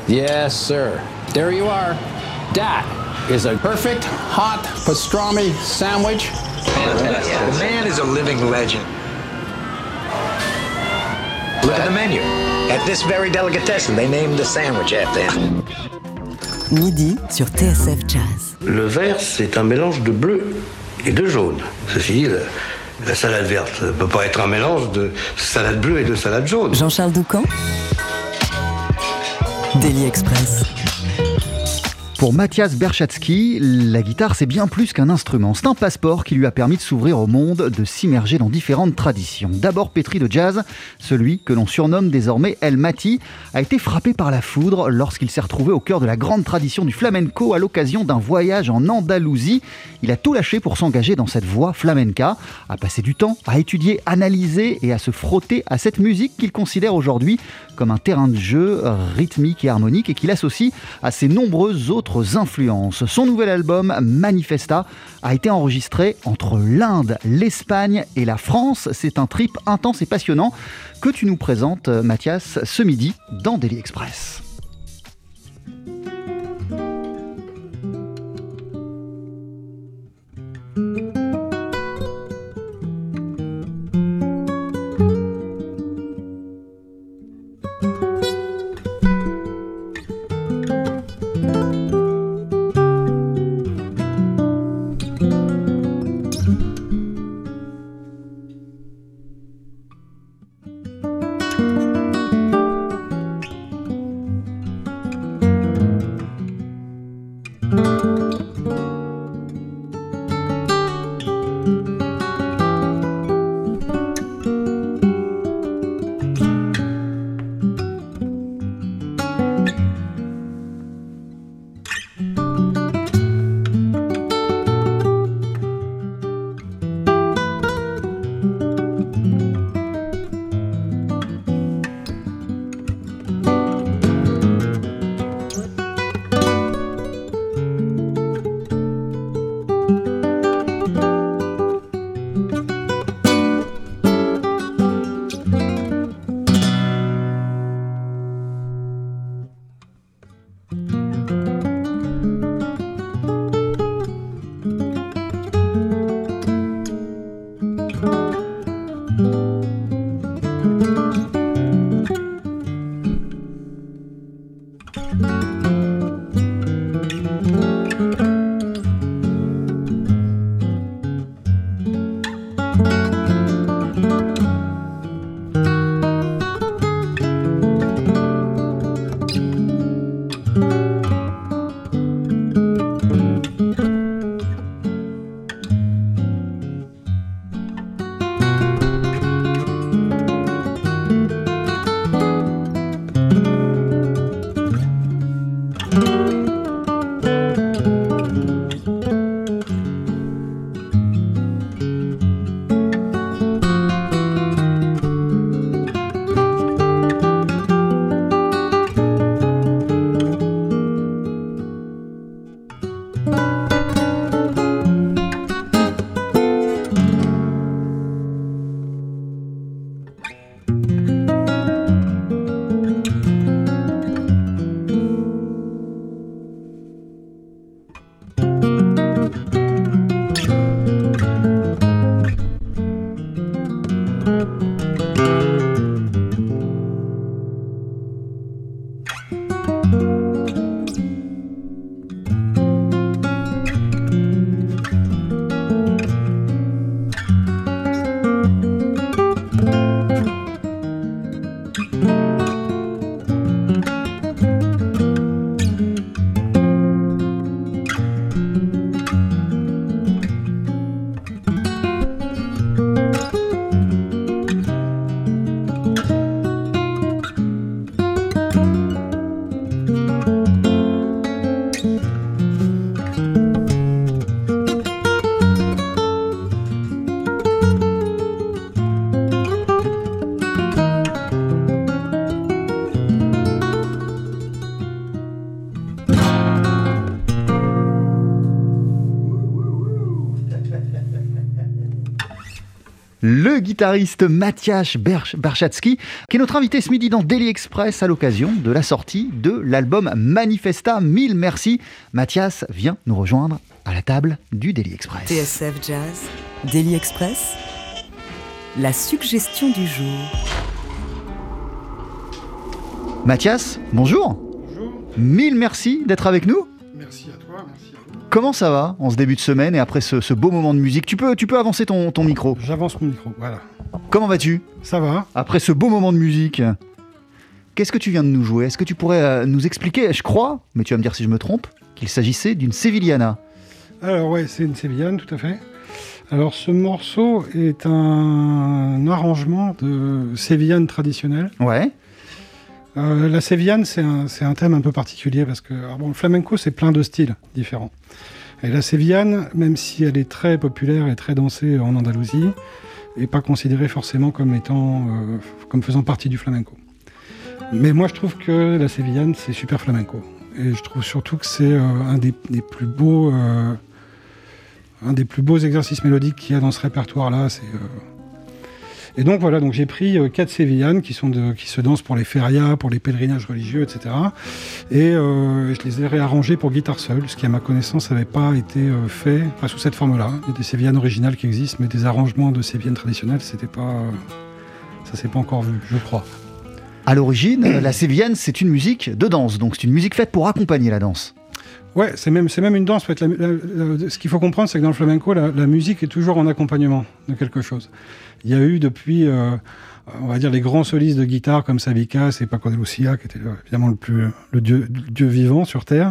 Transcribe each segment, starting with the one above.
Yes, sir. There you are. That is a perfect hot pastrami sandwich. Fantastic. The man is a living legend. Look at the menu. At this very delicatessen, they named the sandwich after him. Midi sur TSF Jazz. Le vert, c'est un mélange de bleu et de jaune. Ceci dit, la salade verte ne peut pas être un mélange de salade bleue et de salade jaune. Jean-Charles Doucan. Daily Express. Pour Mathias Berchatsky, la guitare, c'est bien plus qu'un instrument. C'est un passeport qui lui a permis de s'ouvrir au monde, de s'immerger dans différentes traditions. D'abord pétri de jazz, celui que l'on surnomme désormais El Mati a été frappé par la foudre lorsqu'il s'est retrouvé au cœur de la grande tradition du flamenco à l'occasion d'un voyage en Andalousie. Il a tout lâché pour s'engager dans cette voie flamenca, à passer du temps, à étudier, analyser et à se frotter à cette musique qu'il considère aujourd'hui comme un terrain de jeu rythmique et harmonique et qu'il associe à ses nombreuses autres influences. Son nouvel album, Manifesta, a été enregistré entre l'Inde, l'Espagne et la France. C'est un trip intense et passionnant que tu nous présentes, Mathias, ce midi dans Daily Express. Le guitariste Matyas Berchatski, qui est notre invité ce midi dans Daily Express à l'occasion de la sortie de l'album Manifesta. Mille merci. Matyas vient nous rejoindre à la table du Daily Express. TSF Jazz, Daily Express, la suggestion du jour. Matyas, bonjour. Bonjour. Mille merci d'être avec nous. Merci à toi, merci à vous. Comment ça va en ce début de semaine et après ce beau moment de musique? Tu peux avancer ton micro. J'avance mon micro, voilà. Comment vas-tu Ça va. après ce beau moment de musique? Qu'est-ce que tu viens de nous jouer? Est-ce que tu pourrais nous expliquer? Je crois, mais tu vas me dire si je me trompe, qu'il s'agissait d'une Sevillana. Alors ouais, c'est une sévillane, tout à fait. Alors ce morceau est un arrangement de sévillane traditionnelle. Ouais. La sévillane, c'est un thème un peu particulier parce que le flamenco, c'est plein de styles différents. Et la sévillane, même si elle est très populaire et très dansée en Andalousie, n'est pas considérée forcément comme faisant partie du flamenco. Mais moi, je trouve que la sévillane, c'est super flamenco. Et je trouve surtout que c'est un des plus beaux exercices mélodiques qu'il y a dans ce répertoire-là. Et donc voilà, j'ai pris 4 sévillanes qui se dansent pour les férias, pour les pèlerinages religieux, etc. Et je les ai réarrangées pour guitare seule, ce qui à ma connaissance n'avait pas été fait sous cette forme-là. Il y a des sévillanes originales qui existent, mais des arrangements de sévillanes traditionnelles, ça s'est pas encore vu, je crois. À l'origine, la sévillane, c'est une musique de danse, donc c'est une musique faite pour accompagner la danse. Ouais, c'est même une danse. En fait. Ce qu'il faut comprendre, c'est que dans le flamenco, la musique est toujours en accompagnement de quelque chose. Il y a eu depuis, on va dire, les grands solistes de guitare comme Sabicas et Paco de Lucia, qui était évidemment le dieu vivant sur Terre.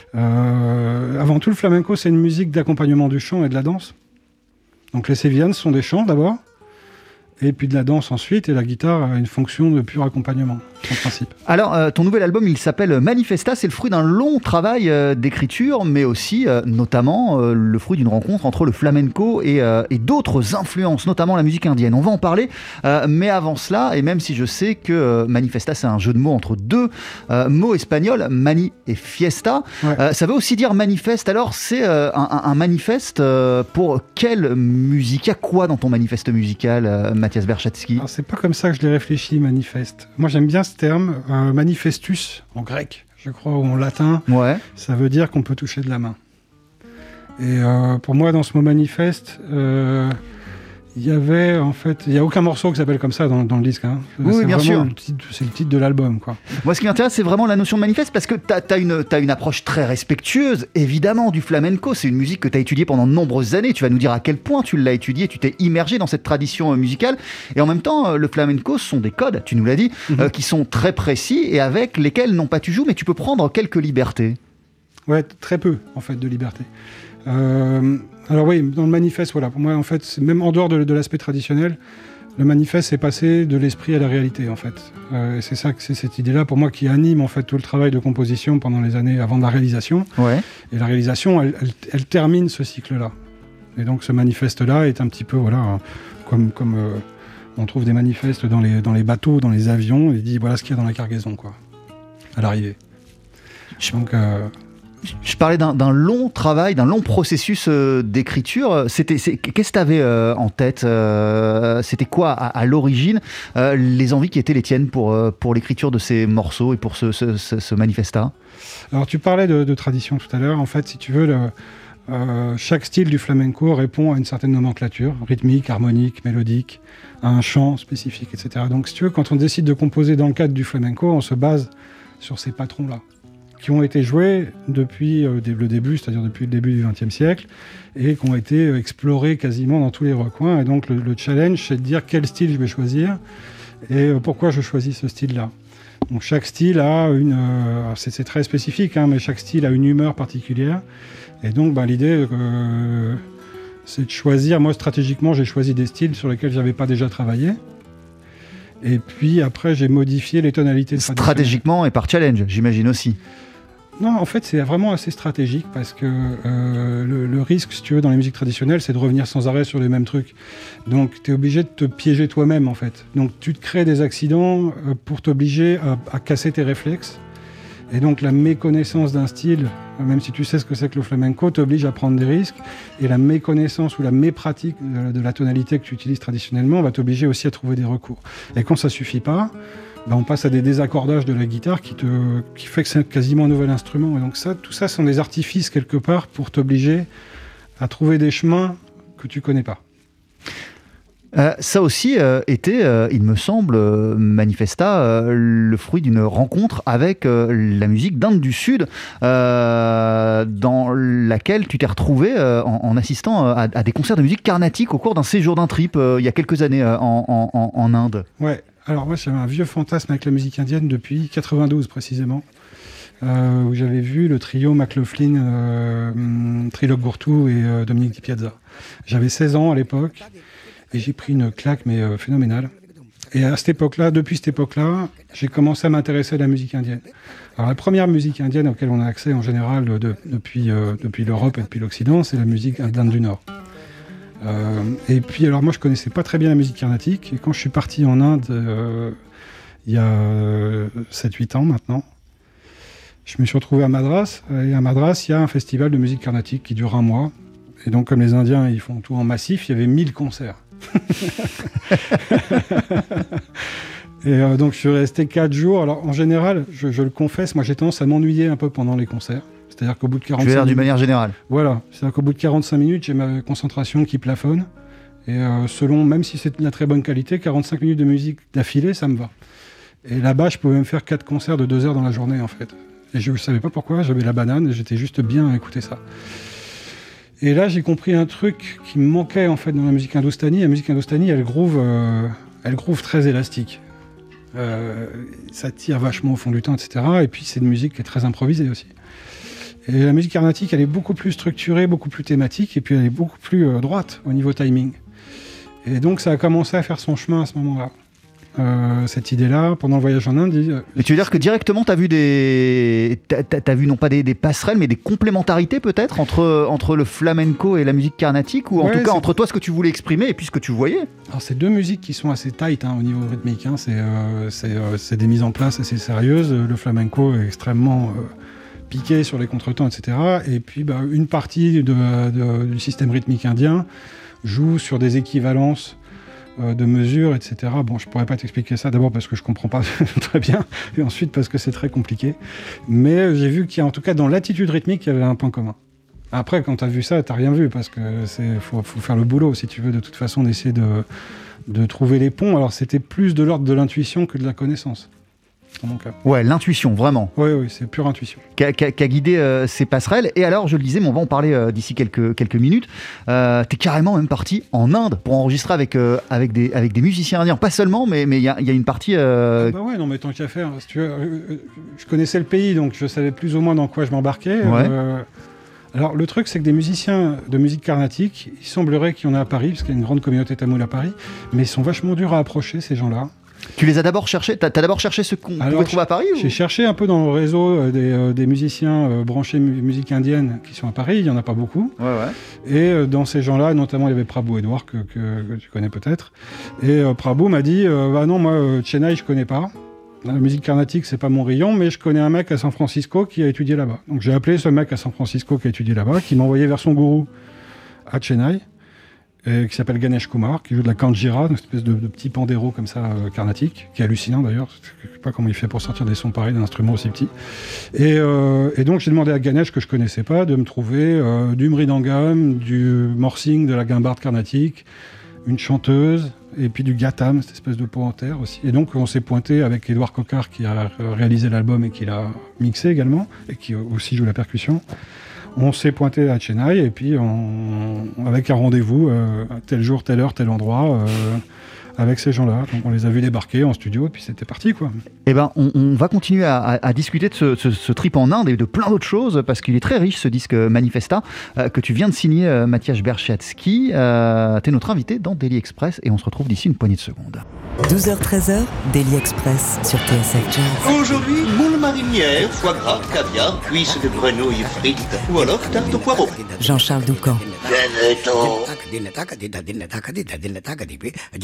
Avant tout, le flamenco, c'est une musique d'accompagnement du chant et de la danse. Donc les sévillanes sont des chants d'abord, et puis de la danse ensuite, et la guitare a une fonction de pur accompagnement, en principe. Alors, ton nouvel album, il s'appelle Manifesta, c'est le fruit d'un long travail d'écriture, mais aussi, notamment, le fruit d'une rencontre entre le flamenco et d'autres influences, notamment la musique indienne. On va en parler, mais avant cela, et même si je sais que Manifesta, c'est un jeu de mots entre deux mots espagnols, mani et fiesta, Ouais. ça veut aussi dire manifeste. Alors, c'est un manifeste pour quelle musique? Il y a quoi dans ton manifeste musical, Matyas Berchatski? Alors, c'est pas comme ça que je l'ai réfléchi, manifeste. Moi, j'aime bien ce terme, manifestus, en grec, je crois, ou en latin. Ouais. Ça veut dire qu'on peut toucher de la main. Et pour moi, dans ce mot manifeste, il y a aucun morceau qui s'appelle comme ça dans le disque. Hein. Oui, c'est bien sûr. C'est le titre de l'album, quoi. Moi, ce qui m'intéresse, c'est vraiment la notion de manifeste, parce que t'as une approche très respectueuse, évidemment, du flamenco. C'est une musique que tu as étudiée pendant de nombreuses années. Tu vas nous dire à quel point tu l'as étudiée, tu t'es immergé dans cette tradition musicale. Et en même temps, le flamenco, ce sont des codes, tu nous l'as dit, qui sont très précis et avec lesquels, non pas tu joues, mais tu peux prendre quelques libertés. Ouais, très peu, en fait, de liberté. Alors oui, dans le manifeste, voilà, pour moi, en fait, c'est même en dehors de l'aspect traditionnel, le manifeste, c'est passer de l'esprit à la réalité, en fait. C'est cette idée-là, pour moi, qui anime, en fait, tout le travail de composition pendant les années avant la réalisation. Ouais. Et la réalisation, elle termine ce cycle-là. Et donc, ce manifeste-là est un petit peu, voilà, comme on trouve des manifestes dans les bateaux, dans les avions, et dit, voilà ce qu'il y a dans la cargaison, quoi, à l'arrivée. Donc... Je parlais d'un long travail, d'un long processus d'écriture. Qu'est-ce que tu avais en tête? C'était quoi à l'origine les envies qui étaient les tiennes pour l'écriture de ces morceaux et pour ce manifesta? Alors tu parlais de tradition tout à l'heure. En fait, si tu veux, chaque style du flamenco répond à une certaine nomenclature, rythmique, harmonique, mélodique, à un chant spécifique, etc. Donc si tu veux, quand on décide de composer dans le cadre du flamenco, on se base sur ces patrons-là, qui ont été joués depuis le début, c'est-à-dire depuis le début du XXe siècle, et qui ont été explorés quasiment dans tous les recoins. Et donc le challenge, c'est de dire quel style je vais choisir et pourquoi je choisis ce style-là. Donc chaque style a c'est très spécifique, hein, mais chaque style a une humeur particulière. Et donc l'idée, c'est de choisir. Moi, stratégiquement, j'ai choisi des styles sur lesquels je n'avais pas déjà travaillé. Et puis après, j'ai modifié les tonalités traditionnelles. Stratégiquement et par challenge, j'imagine aussi. Non, en fait, c'est vraiment assez stratégique parce que le risque, si tu veux, dans les musiques traditionnelles, c'est de revenir sans arrêt sur les mêmes trucs. Donc, tu es obligé de te piéger toi-même, en fait. Donc, tu te crées des accidents pour t'obliger à casser tes réflexes Et donc la méconnaissance d'un style, même si tu sais ce que c'est que le flamenco, t'oblige à prendre des risques. Et la méconnaissance ou la mépratique de la tonalité que tu utilises traditionnellement va t'obliger aussi à trouver des recours. Et quand ça suffit pas, on passe à des désaccordages de la guitare qui fait que c'est quasiment un nouvel instrument. Et donc tout ça sont des artifices quelque part pour t'obliger à trouver des chemins que tu connais pas. Ça aussi était, il me semble, Manifesta, le fruit d'une rencontre avec la musique d'Inde du Sud, dans laquelle tu t'es retrouvé en assistant à des concerts de musique carnatique au cours d'un séjour d'un trip il y a quelques années en Inde. Ouais, alors moi j'avais un vieux fantasme avec la musique indienne depuis 92 précisément, où j'avais vu le trio McLaughlin, Trilok Gurtu et Dominique Di Piazza. J'avais 16 ans à l'époque. Et j'ai pris une claque, mais phénoménale. Et à cette époque-là, depuis cette époque-là, j'ai commencé à m'intéresser à la musique indienne. Alors la première musique indienne auquel on a accès en général depuis l'Europe et depuis l'Occident, c'est la musique d'Inde du Nord. Et puis alors moi je connaissais pas très bien la musique carnatique, et quand je suis parti en Inde il y a 7-8 ans maintenant, je me suis retrouvé à Madras, et à Madras il y a un festival de musique carnatique qui dure un mois. Et donc comme les Indiens ils font tout en massif, il y avait 1000 concerts. Et donc je suis resté 4 jours. Alors en général, je le confesse, moi j'ai tendance à m'ennuyer un peu pendant les concerts. C'est-à-dire qu'au bout de 45 minutes... d'une manière générale. Voilà, c'est-à-dire qu'au bout de 45 minutes, j'ai ma concentration qui plafonne. Et même si c'est de la très bonne qualité, 45 minutes de musique d'affilée, ça me va. Et là-bas, je pouvais même faire 4 concerts de 2 heures dans la journée en fait. Et je ne savais pas pourquoi, j'avais la banane et j'étais juste bien à écouter ça. Et là, j'ai compris un truc qui me manquait en fait dans la musique hindoustanie. La musique hindoustanie, elle groove très élastique. Ça tire vachement au fond du temps, etc. Et puis, c'est une musique qui est très improvisée aussi. Et la musique carnatique, elle est beaucoup plus structurée, beaucoup plus thématique, et puis elle est beaucoup plus droite au niveau timing. Et donc, ça a commencé à faire son chemin à ce moment-là. Cette idée-là, pendant le voyage en Inde... Mais tu veux dire que directement, t'as vu non pas des passerelles, mais des complémentarités peut-être entre le flamenco et la musique carnatique, ou en tout cas entre toi ce que tu voulais exprimer et puis ce que tu voyais? Alors c'est deux musiques qui sont assez tight au niveau rythmique, c'est des mises en place assez sérieuses. Le flamenco est extrêmement piqué sur les contretemps, etc. Et puis une partie du système rythmique indien joue sur des équivalences de mesures, etc. Bon, je pourrais pas t'expliquer ça, d'abord parce que je comprends pas très bien, et ensuite parce que c'est très compliqué. Mais j'ai vu qu'il y a, en tout cas, dans l'attitude rythmique, il y avait un point commun. Après, quand t'as vu ça, t'as rien vu, parce que faut faire le boulot, si tu veux, de toute façon, d'essayer de trouver les ponts. Alors, c'était plus de l'ordre de l'intuition que de la connaissance. Dans mon cas. Ouais, l'intuition, vraiment. Oui, c'est pure intuition. Qui a guidé ces passerelles. Et alors, je le disais, mais on va en parler d'ici quelques minutes. T'es carrément même parti en Inde pour enregistrer avec des musiciens indiens. Pas seulement, mais il y a une partie... ouais, non, mais tant qu'à faire. Si tu veux, je connaissais le pays, donc je savais plus ou moins dans quoi je m'embarquais. Ouais. Alors, le truc, c'est que des musiciens de musique carnatique, il semblerait qu'il y en a à Paris, parce qu'il y a une grande communauté tamoule à Paris, mais ils sont vachement durs à approcher, ces gens-là. Tu les as d'abord cherchés? T'as d'abord cherché ceux qu'on pouvait trouver à Paris? J'ai cherché un peu dans le réseau des musiciens branchés musique indienne qui sont à Paris. Il n'y en a pas beaucoup. Ouais. Et dans ces gens-là, notamment, il y avait Prabhu Edouard, que tu connais peut-être. Et Prabhu m'a dit non, moi, Chennai, je connais pas. La musique carnatique, c'est pas mon rayon, mais je connais un mec à San Francisco qui a étudié là-bas. Donc j'ai appelé ce mec à San Francisco qui a étudié là-bas, qui m'a envoyé vers son gourou à Chennai. Qui s'appelle Ganesh Kumar, qui joue de la kanjira, une espèce de petit pandéro comme ça, carnatique, qui est hallucinant d'ailleurs. Je ne sais pas comment il fait pour sortir des sons pareils d'un instrument aussi petit. Et donc j'ai demandé à Ganesh, que je ne connaissais pas, de me trouver du mridangam, du morsing, de la guimbarde carnatique, une chanteuse, et puis du gatam, cette espèce de pot en terre aussi. Et donc on s'est pointé avec Édouard Coquart, qui a réalisé l'album et qui l'a mixé également, et qui aussi joue la percussion. On s'est pointé à Chennai et puis avec un rendez-vous, tel jour, telle heure, tel endroit, avec ces gens-là. Donc on les a vus débarquer en studio et puis c'était parti, quoi. Eh ben, on va continuer à discuter de ce trip en Inde et de plein d'autres choses, parce qu'il est très riche, ce disque Manifesta, que tu viens de signer, Mathias Berchatski. T'es notre invité dans Daily Express et on se retrouve d'ici une poignée de secondes. 12h-13h, Daily Express sur TSF Jazz. Aujourd'hui, moule marinière, foie gras, caviar, cuisses de grenouille frites ou alors tarte au poireau. Jean-Charles Doucan.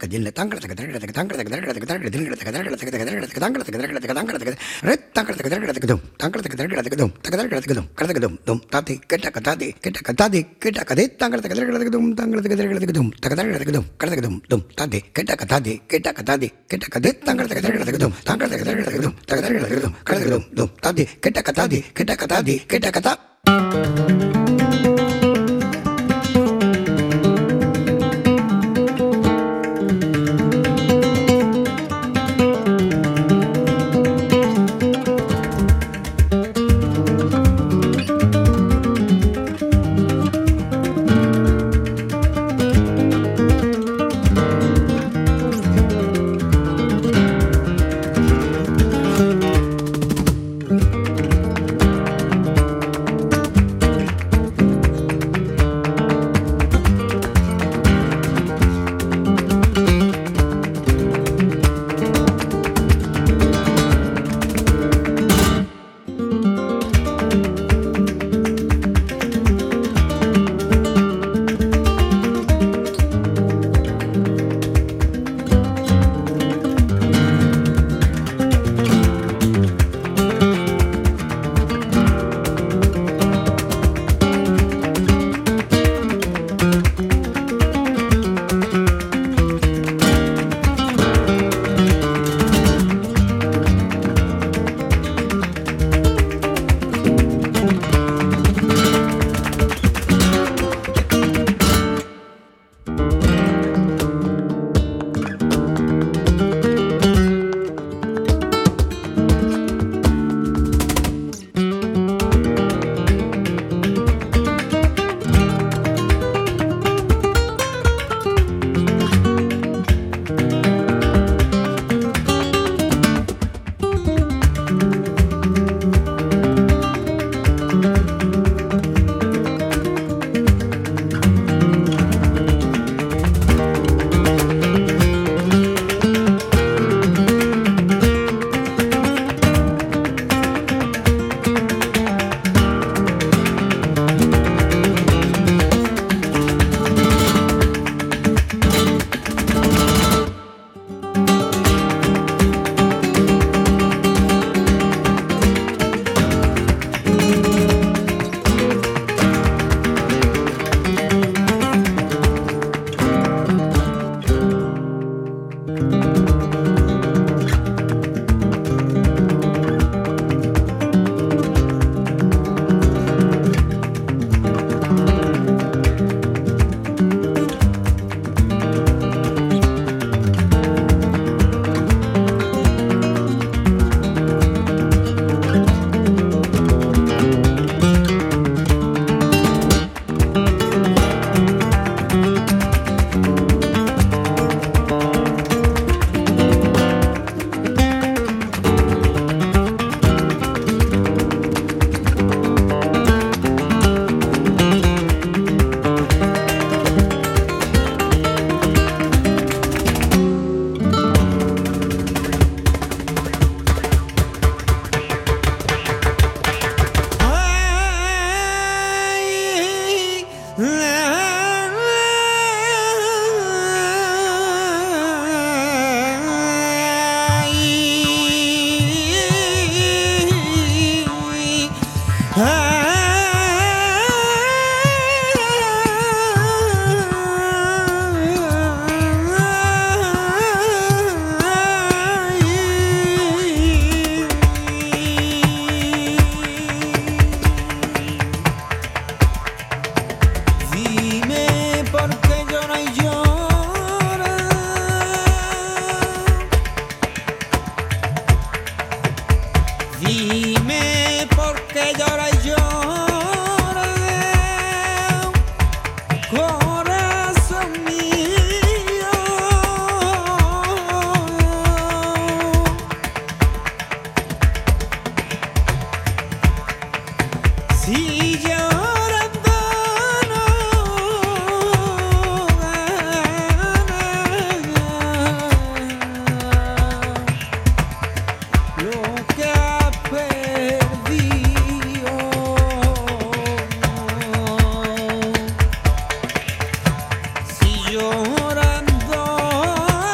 Llorando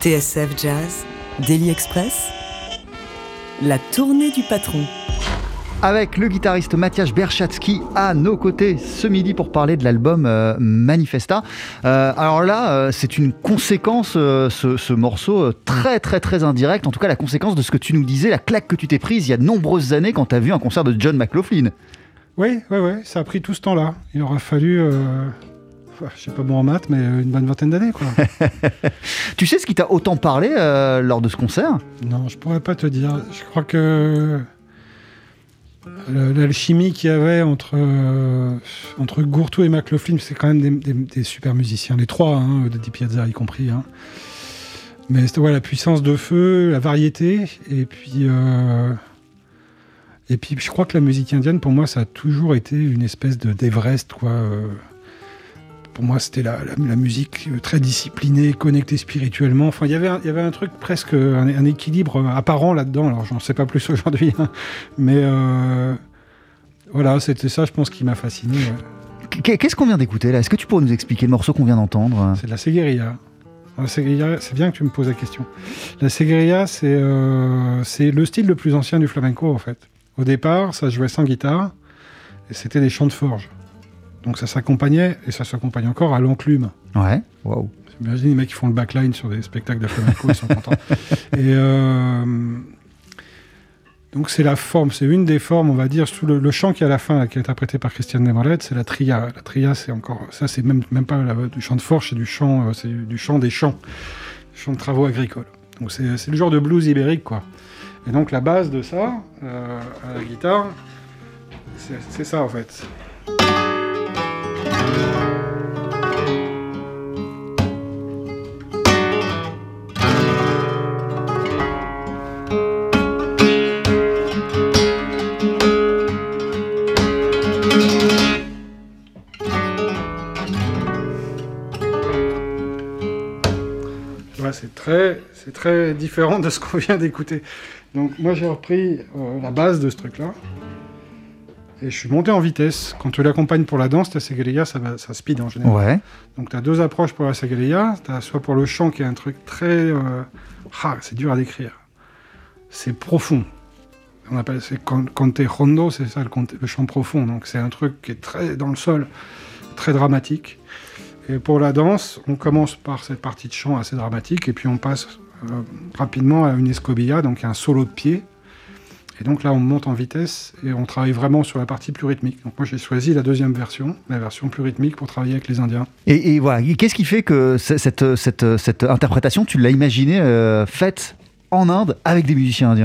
TSF Jazz, Daily Express, la tournée du patron. Avec le guitariste Matyas Berchatski à nos côtés ce midi pour parler de l'album Manifesta. Alors là, c'est une conséquence, ce morceau, très très très indirect, en tout cas la conséquence de ce que tu nous disais, la claque que tu t'es prise il y a de nombreuses années quand tu as vu un concert de John McLaughlin. Oui, ça a pris tout ce temps-là. Il aura fallu, je sais pas bon en maths, mais une bonne vingtaine d'années, quoi. Tu sais ce qui t'a autant parlé lors de ce concert ? Non, je pourrais pas te dire. Je crois que l'alchimie qu'il y avait entre Gourtou et McLaughlin, c'est quand même des super musiciens, les trois, de Di Piazza y compris. Mais c'était la puissance de feu, la variété, et puis je crois que la musique indienne, pour moi, ça a toujours été une espèce d'Everest, quoi. Pour moi, c'était la musique très disciplinée, connectée spirituellement. Enfin, il y avait un truc presque, un équilibre apparent là-dedans. Alors, j'en sais pas plus aujourd'hui, mais voilà, c'était ça, je pense, qui m'a fasciné. Qu'est-ce qu'on vient d'écouter là ? Est-ce que tu pourrais nous expliquer le morceau qu'on vient d'entendre ? C'est de la Seguirilla. La Seguirilla, c'est bien que tu me poses la question. La Seguirilla, c'est le style le plus ancien du flamenco, en fait. Au départ, ça se jouait sans guitare, et c'était des chants de forge. Donc ça s'accompagnait, et ça s'accompagne encore, à l'enclume. Ouais, waouh. J'imagine les mecs qui font le backline sur des spectacles de flamenco, ils sont contents. Et donc c'est la forme, c'est une des formes, on va dire, sous le chant qui est à la fin, là, qui est interprété par Christian Nemoret, c'est la tria. La tria, c'est encore, ça c'est même pas du chant de forge, c'est du chant des champs, du chant de travaux agricoles. Donc c'est le genre de blues ibérique, quoi. Et donc la base de ça, à la guitare, c'est ça en fait. C'est très différent de ce qu'on vient d'écouter. Donc moi j'ai repris la base de ce truc-là, et je suis monté en vitesse. Quand tu l'accompagnes pour la danse, ta Seguirilla, ça speed en général. Ouais. Donc tu as deux approches pour la Seguirilla. Tu as soit pour le chant qui est un truc très... c'est dur à décrire. C'est profond. On appelle c'est cante hondo, c'est ça le chant profond. Donc c'est un truc qui est très dans le sol, très dramatique. Et pour la danse, on commence par cette partie de chant assez dramatique, et puis on passe rapidement à une escobilla, donc un solo de pied. Et donc là, on monte en vitesse, et on travaille vraiment sur la partie plus rythmique. Donc moi, j'ai choisi la deuxième version, la version plus rythmique, pour travailler avec les Indiens. Et voilà, qu'est-ce qui fait que cette interprétation, tu l'as imaginée faite en Inde avec des musiciens indiens ?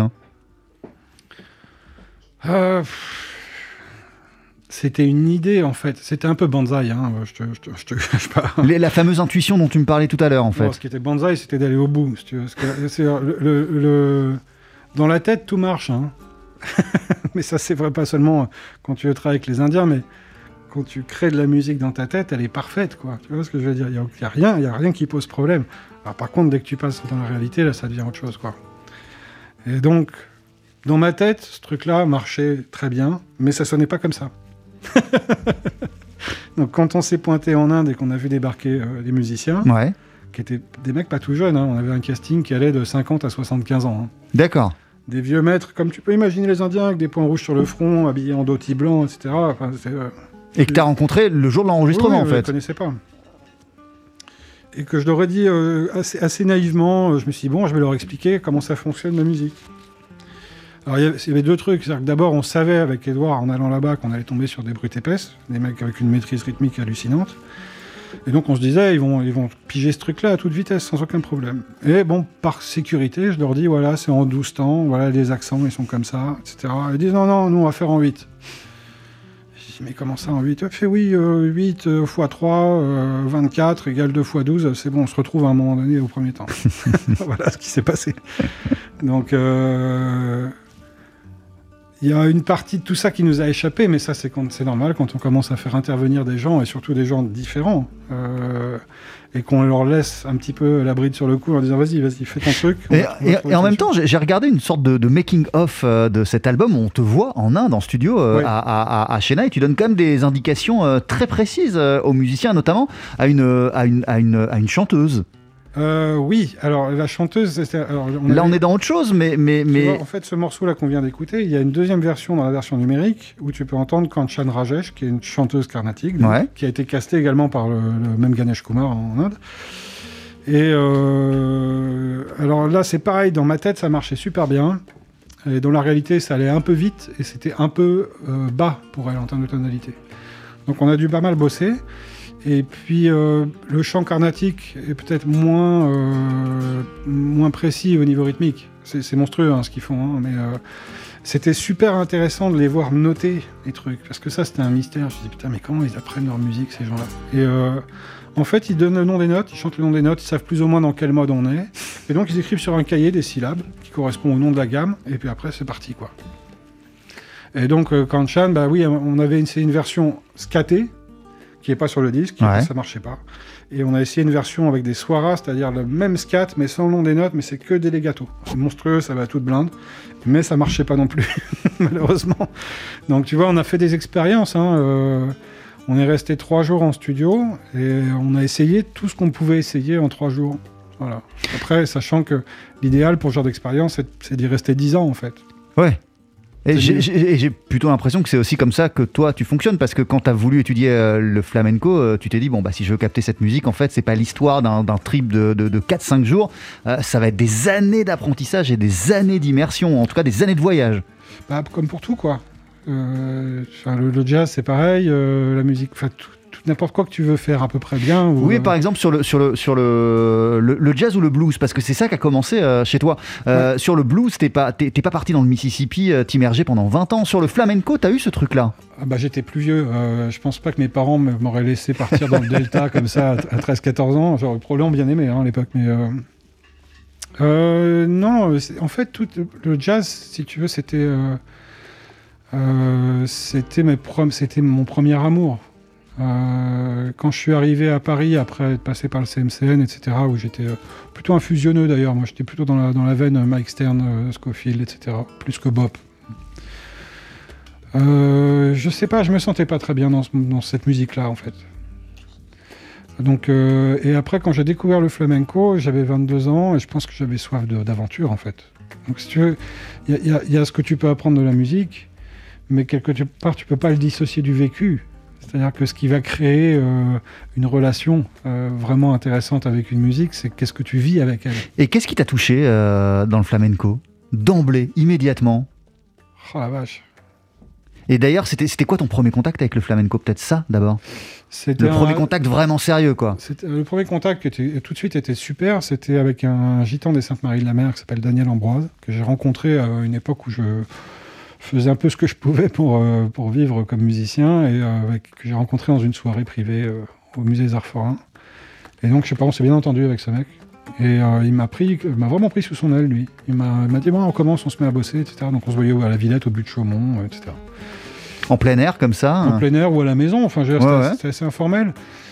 C'était une idée, en fait. C'était un peu bonsaï, je te cache pas. La fameuse intuition dont tu me parlais tout à l'heure, en fait. Non, ce qui était bonsaï, c'était d'aller au bout. Si tu veux. Dans la tête, tout marche. Mais ça, c'est vrai pas seulement quand tu veux travailler avec les Indiens, mais quand tu crées de la musique dans ta tête, elle est parfaite, quoi. Tu vois ce que je veux dire ? Il y a rien qui pose problème. Alors, par contre, dès que tu passes dans la réalité, là, ça devient autre chose, quoi. Et donc, dans ma tête, ce truc-là marchait très bien, mais ça sonnait pas comme ça. Donc quand on s'est pointé en Inde et qu'on a vu débarquer les musiciens, ouais, qui étaient des mecs pas tout jeunes, on avait un casting qui allait de 50 à 75 ans. D'accord. Des vieux maîtres, comme tu peux imaginer les Indiens, avec des points rouges sur le front, habillés en dhoti blanc, etc. Enfin, et que tu as rencontré le jour de l'enregistrement, oui, en fait. Je ne connaissais pas. Et que je leur ai dit assez naïvement, je me suis dit, bon, je vais leur expliquer comment ça fonctionne la musique. Alors, il y avait deux trucs. C'est-à-dire que d'abord, on savait avec Edouard, en allant là-bas, qu'on allait tomber sur des brutes épaisses, des mecs avec une maîtrise rythmique hallucinante. Et donc, on se disait, ils vont piger ce truc-là à toute vitesse, sans aucun problème. Et bon, par sécurité, je leur dis, voilà, c'est en 12 temps, voilà, les accents, ils sont comme ça, etc. Ils disent, non, nous, on va faire en 8. Je dis, mais comment ça, en 8 ? Fait oui, 8 x 3, 24, égale 2 x 12, c'est bon, on se retrouve à un moment donné au premier temps. Voilà ce qui s'est passé. Donc... il y a une partie de tout ça qui nous a échappé, mais ça c'est normal quand on commence à faire intervenir des gens, et surtout des gens différents, et qu'on leur laisse un petit peu la bride sur le cou en disant vas-y, fais ton truc. Et en même temps, j'ai regardé une sorte de making-of de cet album où on te voit en Inde, en studio, ouais, à Chennai, et tu donnes quand même des indications très précises aux musiciens, notamment à une chanteuse. Oui, alors la chanteuse... On est dans autre chose, mais... Tu vois, en fait, ce morceau-là qu'on vient d'écouter, il y a une deuxième version dans la version numérique où tu peux entendre Kanchan Rajesh, qui est une chanteuse carnatique, qui a été castée également par le même Ganesh Kumar en Inde. Et alors là, c'est pareil, dans ma tête, ça marchait super bien. Et dans la réalité, ça allait un peu vite et c'était un peu bas pour elle en termes de tonalité. Donc on a dû pas mal bosser. Et puis le chant carnatique est peut-être moins précis au niveau rythmique. C'est monstrueux ce qu'ils font, mais c'était super intéressant de les voir noter les trucs. Parce que ça, c'était un mystère. Je me dis, putain, mais comment ils apprennent leur musique, ces gens-là ? Et en fait, ils donnent le nom des notes, ils chantent le nom des notes, ils savent plus ou moins dans quel mode on est. Et donc, ils écrivent sur un cahier des syllabes qui correspondent au nom de la gamme. Et puis après, c'est parti, quoi. Et donc, Kanchan, bah oui, on avait une version scatée, qui n'est pas sur le disque, ça marchait pas. Et on a essayé une version avec des swaras, c'est-à-dire le même scat, mais sans le nom des notes, mais c'est que des legato. C'est monstrueux, ça va à toute blinde, mais ça marchait pas non plus, malheureusement. Donc tu vois, on a fait des expériences, on est resté 3 jours en studio, et on a essayé tout ce qu'on pouvait essayer en 3 jours. Voilà. Après, sachant que l'idéal pour ce genre d'expérience, c'est d'y rester 10 ans, en fait. Ouais. Et j'ai plutôt l'impression que c'est aussi comme ça que toi tu fonctionnes, parce que quand tu as voulu étudier le flamenco, tu t'es dit, bon, bah, si je veux capter cette musique, en fait, c'est pas l'histoire d'un trip de 4-5 jours, ça va être des années d'apprentissage et des années d'immersion, en tout cas des années de voyage. Bah, comme pour tout, quoi. Le jazz, c'est pareil, la musique, n'importe quoi que tu veux faire à peu près bien. Oui, par exemple sur le jazz ou le blues, parce que c'est ça qui a commencé chez toi. Sur le blues, t'es pas parti dans le Mississippi t'immerger pendant 20 ans. Sur le flamenco, t'as eu ce truc-là? J'étais plus vieux. Je pense pas que mes parents m'auraient laissé partir dans le Delta comme ça à 13-14 ans. J'aurais probablement bien aimé à l'époque. Mais non, en fait, tout le jazz, si tu veux, c'était mon premier amour. Quand je suis arrivé à Paris, après être passé par le CMCN, etc., où j'étais plutôt un fusionneux d'ailleurs, moi j'étais plutôt dans la veine Mike Stern, Scofield, etc., plus que Bop. Je sais pas, je me sentais pas très bien dans cette musique-là en fait. Donc, et après, quand j'ai découvert le flamenco, j'avais 22 ans et je pense que j'avais soif d'aventure en fait. Donc si tu veux, il y a ce que tu peux apprendre de la musique, mais quelque part tu peux pas le dissocier du vécu. C'est-à-dire que ce qui va créer une relation vraiment intéressante avec une musique, c'est qu'est-ce que tu vis avec elle. Et qu'est-ce qui t'a touché dans le flamenco, d'emblée, immédiatement? Oh la vache. Et d'ailleurs, c'était quoi ton premier contact avec le flamenco? Peut-être ça, d'abord? Le premier contact vraiment sérieux, quoi. Le premier contact qui tout de suite était super, c'était avec un gitan des Saintes-Maries-de-la-Mer qui s'appelle Daniel Ambroise, que j'ai rencontré à une époque où je faisais un peu ce que je pouvais pour vivre comme musicien, et que j'ai rencontré dans une soirée privée au musée des Arts Forains. Et donc, je sais pas, on s'est bien entendu avec ce mec. Et il m'a vraiment pris sous son aile, lui. Il m'a dit, bon, on commence, on se met à bosser, etc. Donc on se voyait à la Villette, au but de Chaumont, etc. En plein air, comme ça? En plein air ou à la maison, enfin, c'était assez informel.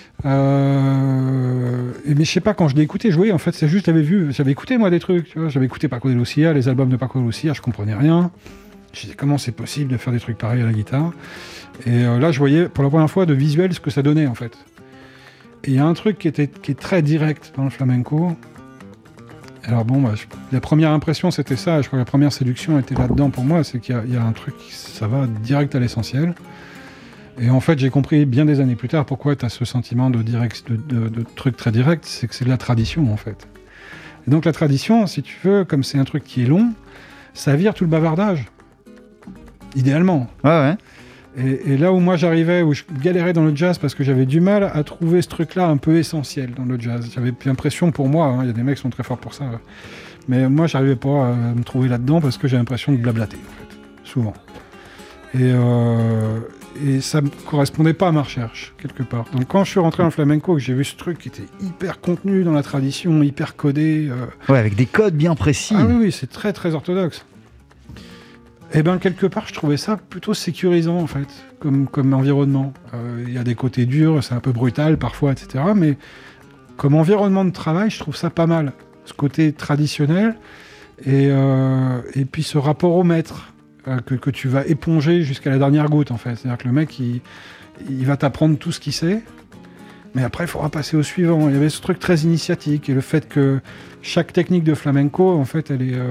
Mais je sais pas, quand je l'ai écouté jouer, en fait, c'est juste, j'avais écouté, moi, des trucs, tu vois. J'avais écouté Paco de Lucia, les albums de Paco de Lucia, je comprenais rien. Je disais, comment c'est possible de faire des trucs pareils à la guitare? Et là, je voyais pour la première fois de visuel ce que ça donnait, en fait. Et il y a un truc qui est très direct dans le flamenco. Alors bon, la première impression, c'était ça. Je crois que la première séduction était là-dedans pour moi. C'est qu'il y a un truc, ça va direct à l'essentiel. Et en fait, j'ai compris bien des années plus tard pourquoi tu as ce sentiment de truc très direct. C'est que c'est de la tradition, en fait. Et donc la tradition, si tu veux, comme c'est un truc qui est long, ça vire tout le bavardage. Idéalement. Ouais. Et là où moi j'arrivais, où je galérais dans le jazz parce que j'avais du mal à trouver ce truc-là un peu essentiel dans le jazz. J'avais l'impression, pour moi, il y a des mecs qui sont très forts pour ça, mais moi j'arrivais pas à me trouver là-dedans parce que j'ai l'impression de blablater, en fait, souvent. Et ça ne correspondait pas à ma recherche, quelque part. Donc quand je suis rentré dans le flamenco, que j'ai vu ce truc qui était hyper contenu dans la tradition, hyper codé... Ouais, avec des codes bien précis. Ah oui, c'est très très orthodoxe. Et bien, quelque part, je trouvais ça plutôt sécurisant, en fait, comme environnement. Il y a des côtés durs, c'est un peu brutal parfois, etc. Mais comme environnement de travail, je trouve ça pas mal. Ce côté traditionnel et puis ce rapport au maître que tu vas éponger jusqu'à la dernière goutte, en fait. C'est-à-dire que le mec, il va t'apprendre tout ce qu'il sait. Mais après, il faudra passer au suivant. Il y avait ce truc très initiatique et le fait que chaque technique de flamenco, en fait, elle est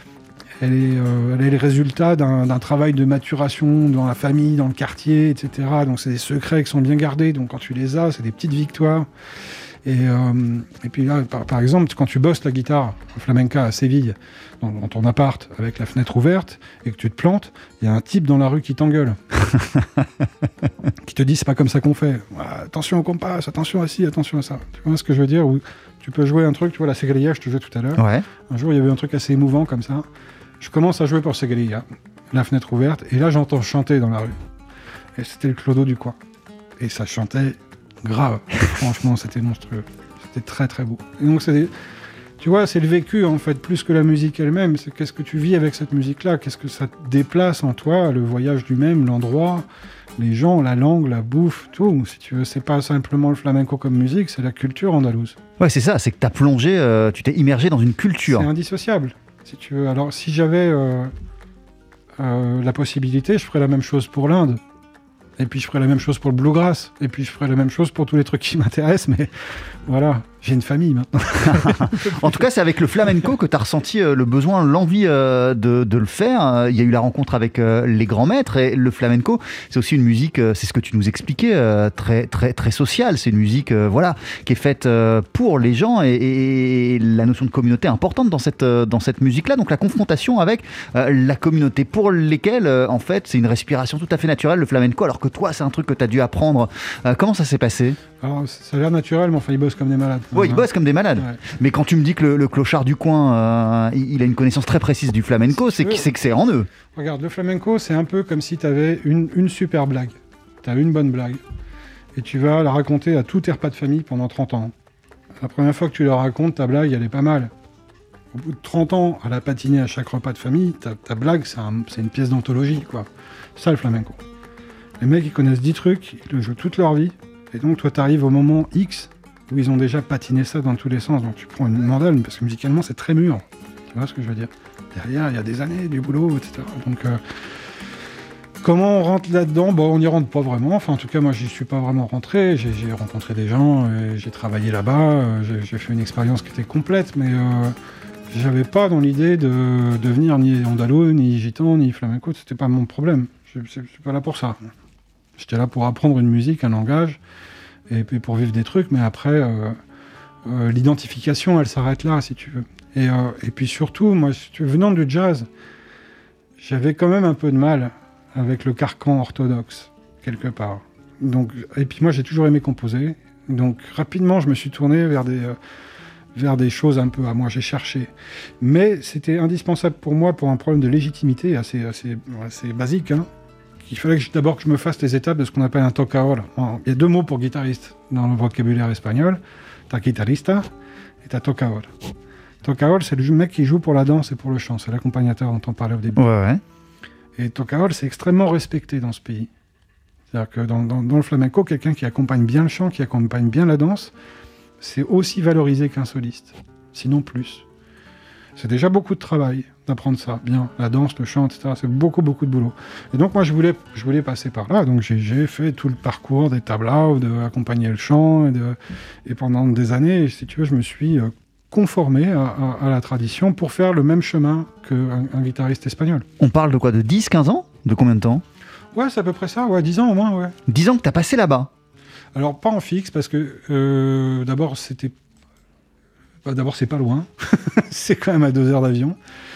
le résultat d'un travail de maturation dans la famille, dans le quartier, etc. Donc c'est des secrets qui sont bien gardés. Donc quand tu les as, c'est des petites victoires. Et puis là, par exemple, quand tu bosses la guitare flamenca à Séville, dans ton appart, avec la fenêtre ouverte, et que tu te plantes, il y a un type dans la rue qui t'engueule. Qui te dit, c'est pas comme ça qu'on fait. Attention au compas, attention à ci, attention à ça. Tu vois ce que je veux dire? Ou tu peux jouer un truc, tu vois, la Segrilla, je te jouais tout à l'heure. Ouais. Un jour, il y avait un truc assez émouvant comme ça. Je commence à jouer pour Segrilla, la fenêtre ouverte, et là, j'entends chanter dans la rue. Et c'était le clodo du coin. Et ça chantait grave. Franchement, c'était monstrueux. C'était très, très beau. Et donc, tu vois, c'est le vécu, en fait, plus que la musique elle-même. C'est qu'est-ce que tu vis avec cette musique-là? Qu'est-ce que ça te déplace en toi? Le voyage du même, l'endroit, les gens, la langue, la bouffe, tout. Si tu veux, c'est pas simplement le flamenco comme musique, c'est la culture andalouse. Ouais, c'est ça, c'est que t'as plongé, tu t'es immergé dans une culture. C'est indissociable, si tu veux. Alors, si j'avais la possibilité, je ferais la même chose pour l'Inde. Et puis je ferais la même chose pour le bluegrass. Et puis je ferais la même chose pour tous les trucs qui m'intéressent. Mais voilà, j'ai une famille maintenant. En tout cas, c'est avec le flamenco que tu as ressenti le besoin, l'envie de le faire. Il y a eu la rencontre avec les grands maîtres. Et le flamenco, c'est aussi une musique, c'est ce que tu nous expliquais, très, très, très sociale. C'est une musique voilà, qui est faite pour les gens. Et la notion de communauté est importante dans cette musique-là. Donc la confrontation avec la communauté pour lesquelles, en fait, c'est une respiration tout à fait naturelle, le flamenco. Alors que toi, c'est un truc que tu as dû apprendre. Comment ça s'est passé? Alors, ça a l'air naturel, mais enfin, ils bossent comme des malades. Oui, ils bossent comme des malades. Ouais. Mais quand tu me dis que le clochard du coin, il a une connaissance très précise du flamenco, c'est que c'est en eux. Regarde, le flamenco, c'est un peu comme si tu avais une super blague. Tu as une bonne blague. Et tu vas la raconter à tous tes repas de famille pendant 30 ans. La première fois que tu leur racontes, ta blague, elle est pas mal. Au bout de 30 ans, à la patiner à chaque repas de famille, ta blague, c'est une pièce d'anthologie, quoi. C'est ça, le flamenco. Les mecs, ils connaissent 10 trucs, ils le jouent toute leur vie. Et donc, toi, tu arrives au moment X où ils ont déjà patiné ça dans tous les sens. Donc, tu prends une mandale, parce que musicalement, c'est très mûr. Tu vois ce que je veux dire? Derrière, il y a des années, du boulot, etc. Donc, comment on rentre là-dedans? Bon, on n'y rentre pas vraiment. Enfin, en tout cas, moi, j'y suis pas vraiment rentré. J'ai rencontré des gens, j'ai travaillé là-bas, j'ai fait une expérience qui était complète, mais j'avais pas dans l'idée de devenir ni andalou, ni gitan, ni flamenco. C'était pas mon problème. Je suis pas là pour ça. J'étais là pour apprendre une musique, un langage, et puis pour vivre des trucs, mais après, l'identification, elle s'arrête là, si tu veux. Et puis surtout, moi, si tu veux, venant du jazz, j'avais quand même un peu de mal avec le carcan orthodoxe, quelque part. Donc, et puis moi, j'ai toujours aimé composer, donc rapidement, je me suis tourné vers des choses un peu à moi, j'ai cherché. Mais c'était indispensable pour moi, pour un problème de légitimité assez basique, hein. Il fallait d'abord que je me fasse les étapes de ce qu'on appelle un tocaol. Il y a 2 mots pour guitariste dans le vocabulaire espagnol. T'as guitarista et t'as tocaol. Tocaol, c'est le mec qui joue pour la danse et pour le chant. C'est l'accompagnateur dont on parlait au début. Ouais. Et tocaol, c'est extrêmement respecté dans ce pays. C'est-à-dire que dans le flamenco, quelqu'un qui accompagne bien le chant, qui accompagne bien la danse, c'est aussi valorisé qu'un soliste, sinon plus. C'est déjà beaucoup de travail d'apprendre ça, bien, la danse, le chant, etc. C'est beaucoup, beaucoup de boulot. Et donc moi, je voulais passer par là. Donc j'ai fait tout le parcours des tablaos, d'accompagner le chant, et pendant des années, si tu veux, je me suis conformé à la tradition pour faire le même chemin qu'un guitariste espagnol. On parle de quoi, de 10-15 ans? De combien de temps? Ouais, c'est à peu près ça, ouais, 10 ans au moins, ouais. 10 ans que t'as passé là-bas? Alors, pas en fixe, parce que d'abord, c'est pas loin. C'est quand même à 2 heures d'avion.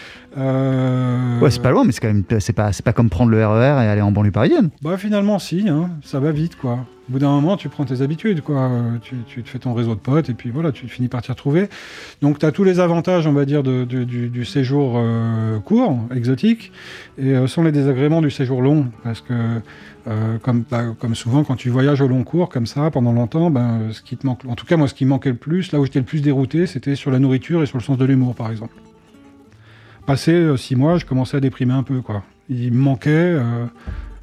Ouais, c'est pas loin, mais c'est pas comme prendre le RER et aller en banlieue parisienne. Bah finalement, si, hein, ça va vite, quoi. Au bout d'un moment, tu prends tes habitudes, quoi. Tu te fais ton réseau de potes et puis voilà, tu finis par t'y retrouver. Donc, tu as tous les avantages, on va dire, du séjour court, exotique, et sans les désagréments du séjour long, parce que comme souvent, quand tu voyages au long cours, comme ça, pendant longtemps, ce qui te manque, en tout cas, moi, ce qui me manquait le plus, là où j'étais le plus dérouté, c'était sur la nourriture et sur le sens de l'humour, par exemple. Passé 6 mois, je commençais à déprimer un peu, quoi. Il me manquait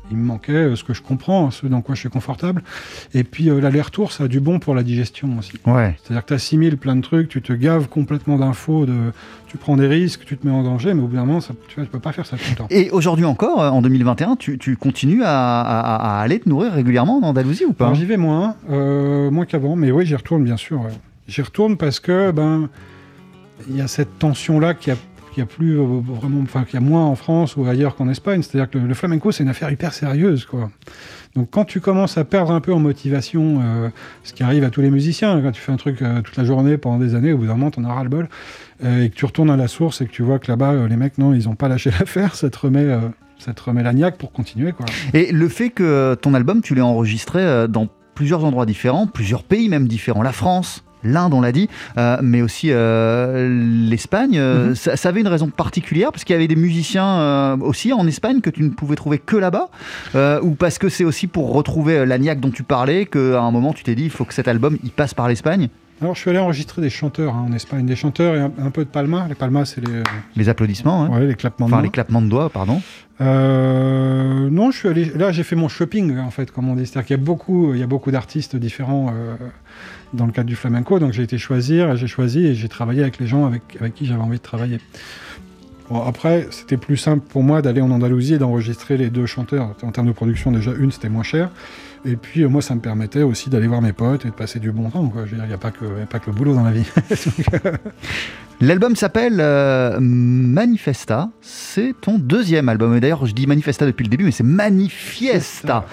Il me manquait ce que je comprends, ce dans quoi je suis confortable. Et puis l'aller-retour, ça a du bon pour la digestion aussi. Ouais. C'est-à-dire que tu assimiles plein de trucs, tu te gaves complètement d'infos, tu prends des risques, tu te mets en danger, mais au bout d'un moment, tu peux pas faire ça tout le temps. Et aujourd'hui encore, en 2021, tu continues à aller te nourrir régulièrement en Andalousie ou pas? Alors, j'y vais moins qu'avant, mais oui, j'y retourne bien sûr. Ouais. J'y retourne parce que il y a cette tension-là qu'il y a plus vraiment, enfin qu'il y a moins en France ou ailleurs qu'en Espagne. C'est-à-dire que le flamenco, c'est une affaire hyper sérieuse, quoi. Donc quand tu commences à perdre un peu en motivation, ce qui arrive à tous les musiciens, quand tu fais un truc toute la journée pendant des années, au bout d'un moment, t'en as ras le bol, et que tu retournes à la source et que tu vois que là-bas, les mecs, non, ils ont pas lâché l'affaire, ça te remet la niaque pour continuer, quoi. Et le fait que ton album, tu l'aies enregistré dans plusieurs endroits différents, plusieurs pays même différents, la France, l'Inde, on l'a dit, mais aussi l'Espagne, ça avait une raison particulière parce qu'il y avait des musiciens aussi en Espagne que tu ne pouvais trouver que là-bas, ou parce que c'est aussi pour retrouver la niaque dont tu parlais qu'à un moment tu t'es dit il faut que cet album il passe par l'Espagne? Alors je suis allé enregistrer des chanteurs en Espagne, des chanteurs et un peu de palma. Les palmas, c'est les applaudissements, hein. Ouais, les clappements de mains. Enfin les clappements de doigts, pardon. Non, je suis allé. Là, j'ai fait mon shopping en fait, comme on dit. C'est-à-dire qu'il y a beaucoup d'artistes différents dans le cadre du flamenco. Donc j'ai choisi et j'ai travaillé avec les gens avec qui j'avais envie de travailler. Bon, après, c'était plus simple pour moi d'aller en Andalousie et d'enregistrer les deux chanteurs. En termes de production, déjà, c'était moins cher. Et puis, moi, ça me permettait aussi d'aller voir mes potes et de passer du bon temps, quoi. Je veux dire, il n'y a pas que le boulot dans la vie. L'album s'appelle Manifesta. C'est ton deuxième album. Et d'ailleurs, je dis Manifesta depuis le début, mais c'est Manifiesta.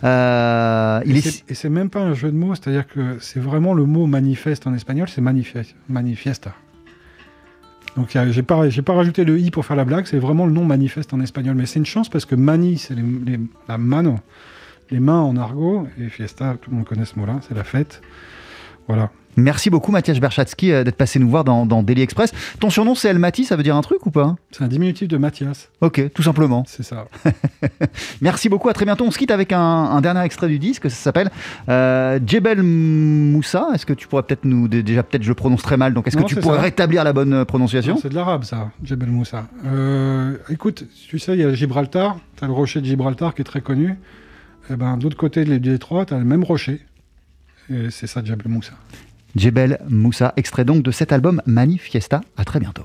Et c'est même pas un jeu de mots, c'est-à-dire que c'est vraiment le mot manifeste en espagnol, c'est Manifiesta. Donc j'ai pas rajouté le i pour faire la blague, c'est vraiment le nom manifeste en espagnol. Mais c'est une chance parce que mani, c'est la mano, les mains en argot, et fiesta, tout le monde connaît ce mot-là, c'est la fête. Voilà. Merci beaucoup Matthias Berchatsky d'être passé nous voir dans Daily Express. Ton surnom c'est El Mati, ça veut dire un truc ou pas? C'est un diminutif de Mathias. Ok, tout simplement. C'est ça. Merci beaucoup, à très bientôt. On se quitte avec un dernier extrait du disque, ça s'appelle Djebel Moussa. Est-ce que tu pourrais peut-être peut-être je le prononce très mal, donc est-ce que tu pourrais rétablir la bonne prononciation? Non, c'est de l'arabe ça, Djebel Moussa. Écoute, tu sais, il y a Gibraltar, tu as le rocher de Gibraltar qui est très connu. Et de l'autre côté de Détroit, tu as le même rocher. Et c'est ça, Djebel Moussa. Djebel Moussa, extrait donc de cet album Manifiesta. À très bientôt.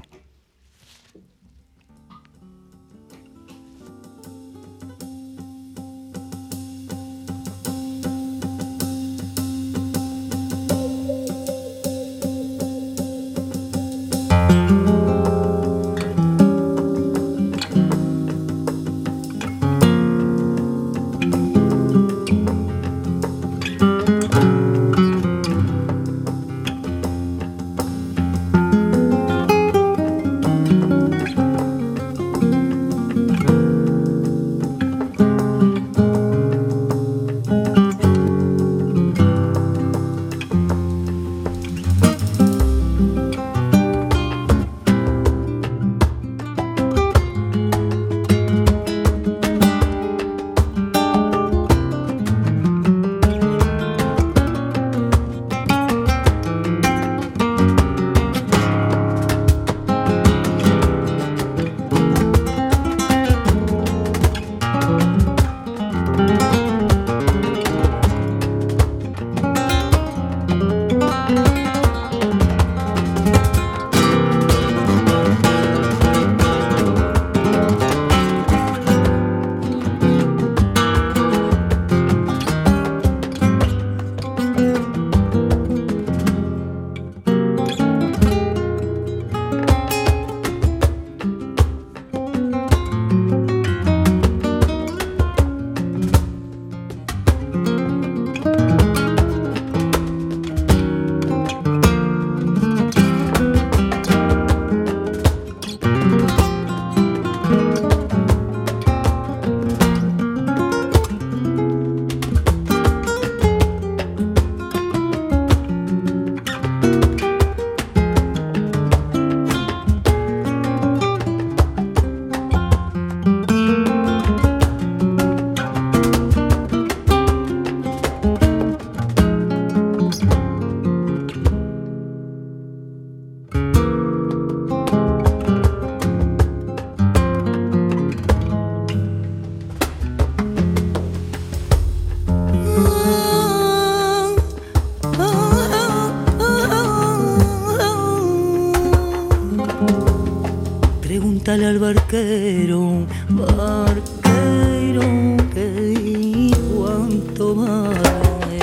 dile al barquero, barquero, que cuánto vale.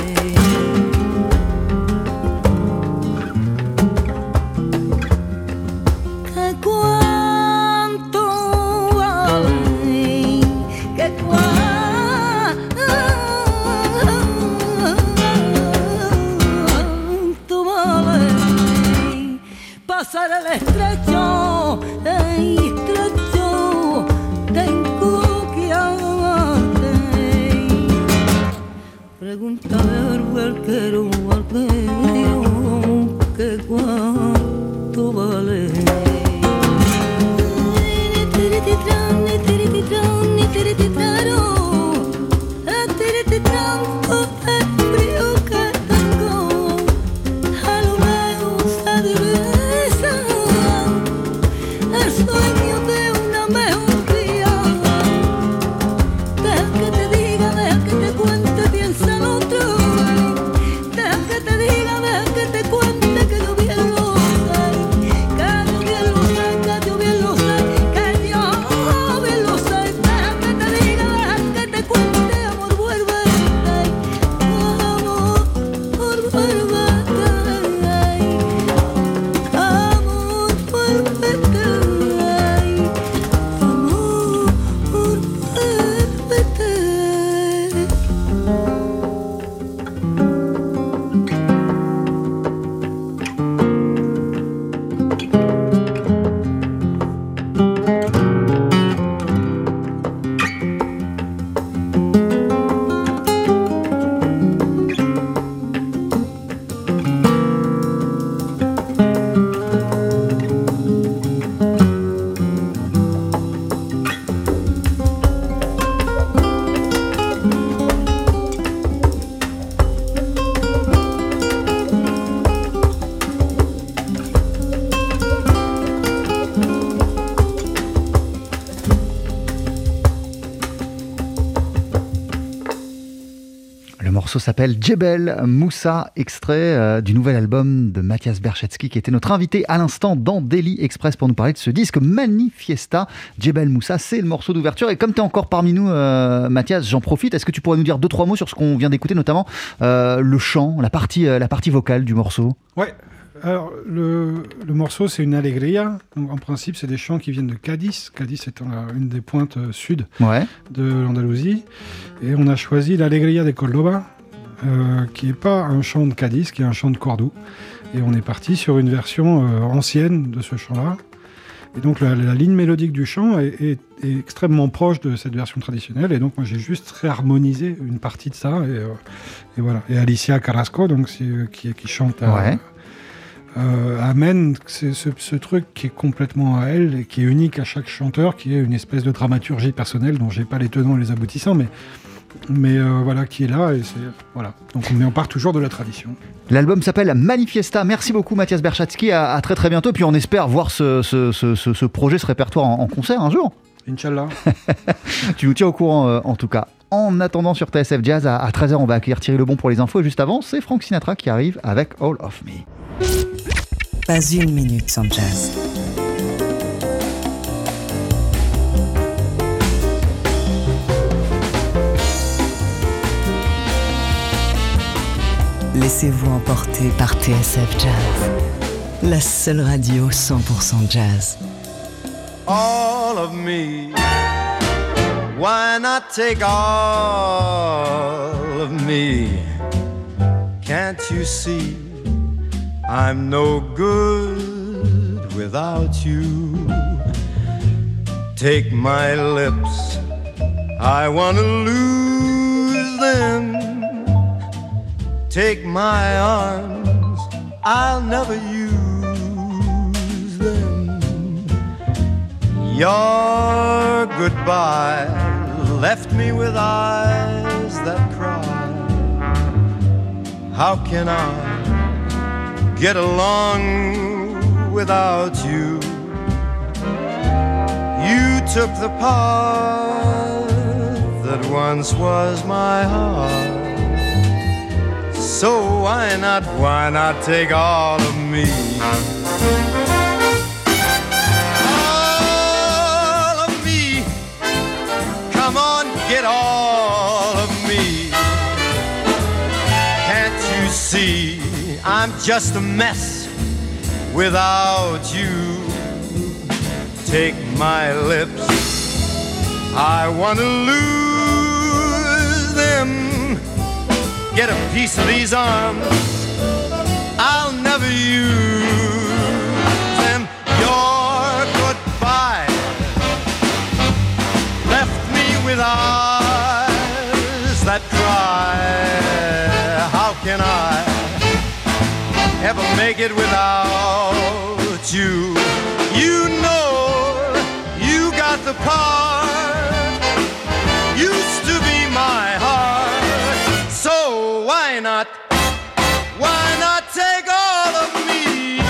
Que cuánto vale, que cuánto vale. Pasar el estrecho, estrecho, tengo que amarte. Pregúntale al barquero, barquero, que cuánto vale. Le morceau s'appelle Djebel Moussa, extrait du nouvel album de Mathias Berchetsky, qui était notre invité à l'instant dans Daily Express pour nous parler de ce disque Manifiesta. Djebel Moussa, c'est le morceau d'ouverture. Et comme tu es encore parmi nous, Mathias, j'en profite. Est-ce que tu pourrais nous dire 2-3 mots sur ce qu'on vient d'écouter, notamment le chant, la partie vocale du morceau? Ouais. Alors, le morceau, c'est une alegria. Donc, en principe, c'est des chants qui viennent de Cadiz. Cadiz étant une des pointes sud de l'Andalousie. Et on a choisi l'alegria de Córdoba, qui n'est pas un chant de Cadiz, qui est un chant de Cordoue. Et on est parti sur une version ancienne de ce chant-là. Et donc, la ligne mélodique du chant est extrêmement proche de cette version traditionnelle. Et donc, moi, j'ai juste réharmonisé une partie de ça. Et voilà. Et Alicia Carrasco, donc, qui chante amène ce truc qui est complètement à elle et qui est unique à chaque chanteur, qui est une espèce de dramaturgie personnelle dont j'ai pas les tenants et les aboutissants, mais voilà, qui est là, et c'est voilà. Donc on part toujours de la tradition. L'album s'appelle Manifiesta. Merci beaucoup Mathias Berchetsky, à très très bientôt, puis on espère voir ce projet, ce répertoire en concert un jour. Inch'Allah. Tu nous tiens au courant en tout cas. En attendant, sur TSF Jazz, à 13h, on va accueillir Thierry Lebon pour les infos, et juste avant, c'est Frank Sinatra qui arrive avec All of Me. Pas une minute sans jazz. Laissez-vous emporter par TSF Jazz, la seule radio 100% jazz. All of me, why not take all of me? Can't you see I'm no good without you? Take my lips, I wanna lose them. Take my arms, I'll never use them. Your goodbye left me with eyes that cry. How can I get along without you? You took the part that once was my heart. So why not take all of me? All I'm just a mess without you. Take my lips, I want to lose them. Get a piece of these arms, I'll never use them. Your goodbye left me with eyes that cry. How can I ever make it without you? You know you got the part, used to be my heart. So why not take all of me?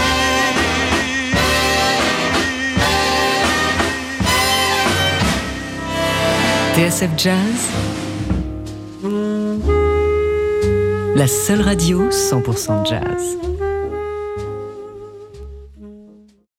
TSF Jazz, la seule radio 100% jazz.